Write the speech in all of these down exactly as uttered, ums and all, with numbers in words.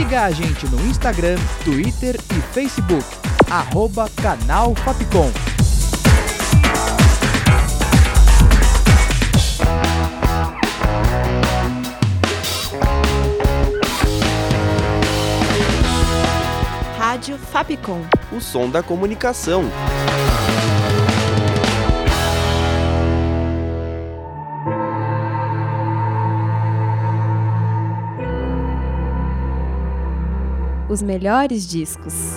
Siga a gente no Instagram, Twitter e Facebook, arroba Canal Fapcom. Rádio Fapcom. O som da comunicação. Os melhores discos.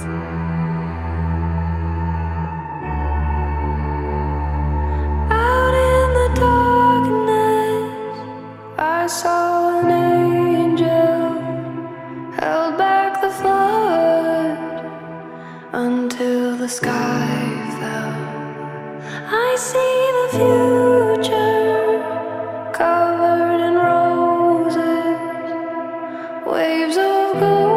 Out in the darkness, I saw an angel held back the flood until the sky fell. I see the future covered in roses, waves of gold.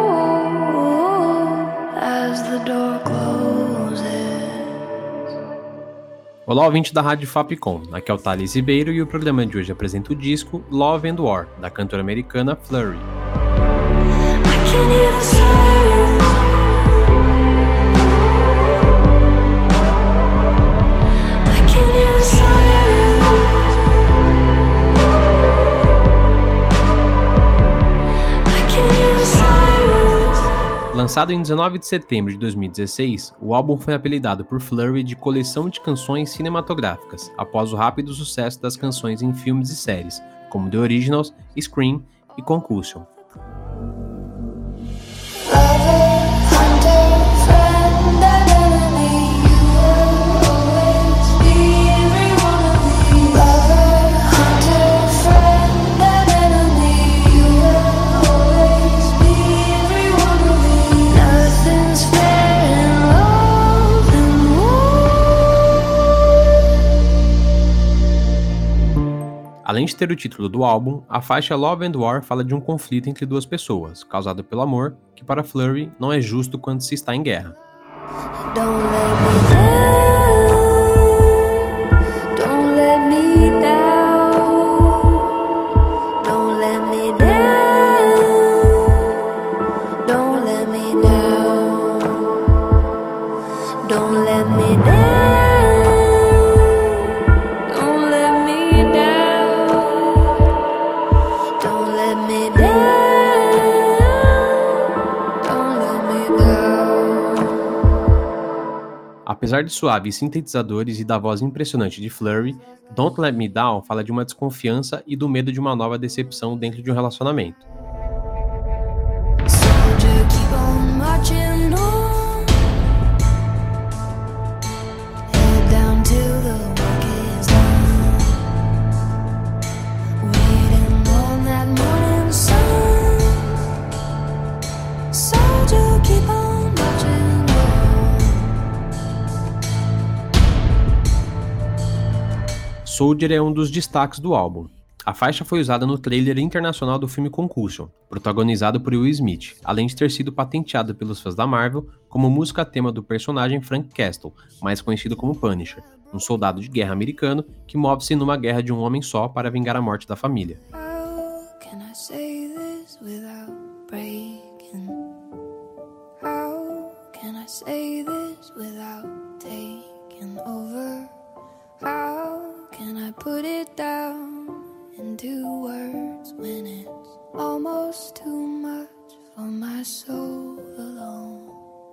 Olá, ouvinte da Rádio Fapcom, aqui é o Thales Ribeiro e o programa de hoje apresenta o disco Love and War, da cantora americana Flurry. Lançado em dezenove de setembro de dois mil e dezesseis, o álbum foi apelidado por Flurry de coleção de canções cinematográficas, após o rápido sucesso das canções em filmes e séries, como The Originals, Scream e Concussion. Além de ter o título do álbum, a faixa Love and War fala de um conflito entre duas pessoas, causado pelo amor, que para Flurry não é justo quando se está em guerra. Apesar de suaves sintetizadores e da voz impressionante de Flurry, Don't Let Me Down fala de uma desconfiança e do medo de uma nova decepção dentro de um relacionamento. Soldier é um dos destaques do álbum. A faixa foi usada no trailer internacional do filme Concussion, protagonizado por Will Smith, além de ter sido patenteada pelos fãs da Marvel como música-tema do personagem Frank Castle, mais conhecido como Punisher, um soldado de guerra americano que move-se numa guerra de um homem só para vingar a morte da família. Can I put it down into words when it's almost too much for my soul alone?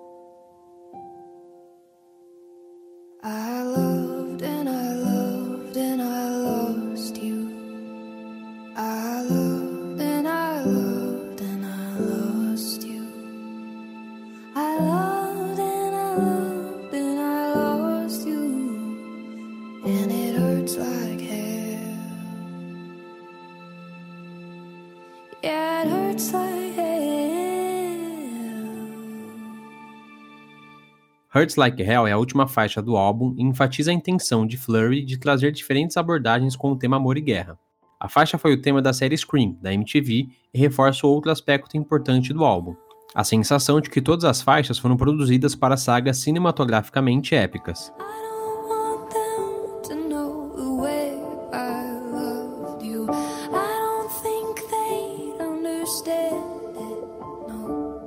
I loved and I loved and I lost you. I loved and I loved and I lost you. I loved and I loved and I lost you. And it hurts like hell. Yeah, it hurts like hell. Hurts Like Hell é a última faixa do álbum e enfatiza a intenção de Flurry de trazer diferentes abordagens com o tema amor e guerra. A faixa foi o tema da série Scream, da M T V, e reforça outro aspecto importante do álbum: a sensação de que todas as faixas foram produzidas para sagas cinematograficamente épicas. Understand it, no.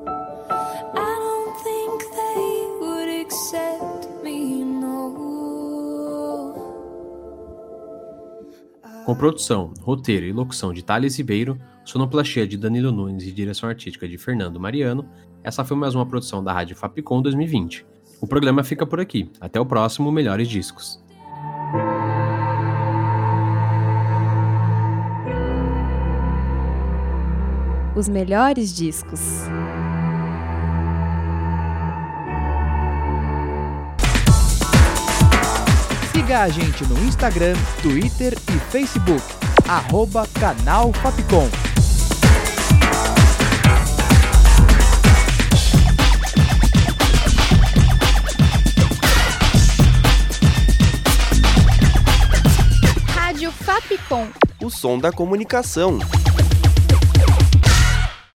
Com produção, roteiro e locução de Thales Ribeiro, sonoplastia de Danilo Nunes e direção artística de Fernando Mariano, essa foi mais uma produção da Rádio Fapcom dois mil e vinte. O programa fica por aqui. Até o próximo Melhores Discos. Os melhores discos. Siga a gente no Instagram, Twitter e Facebook, arroba Canal Fapcom. Rádio Fapcom. O som da comunicação.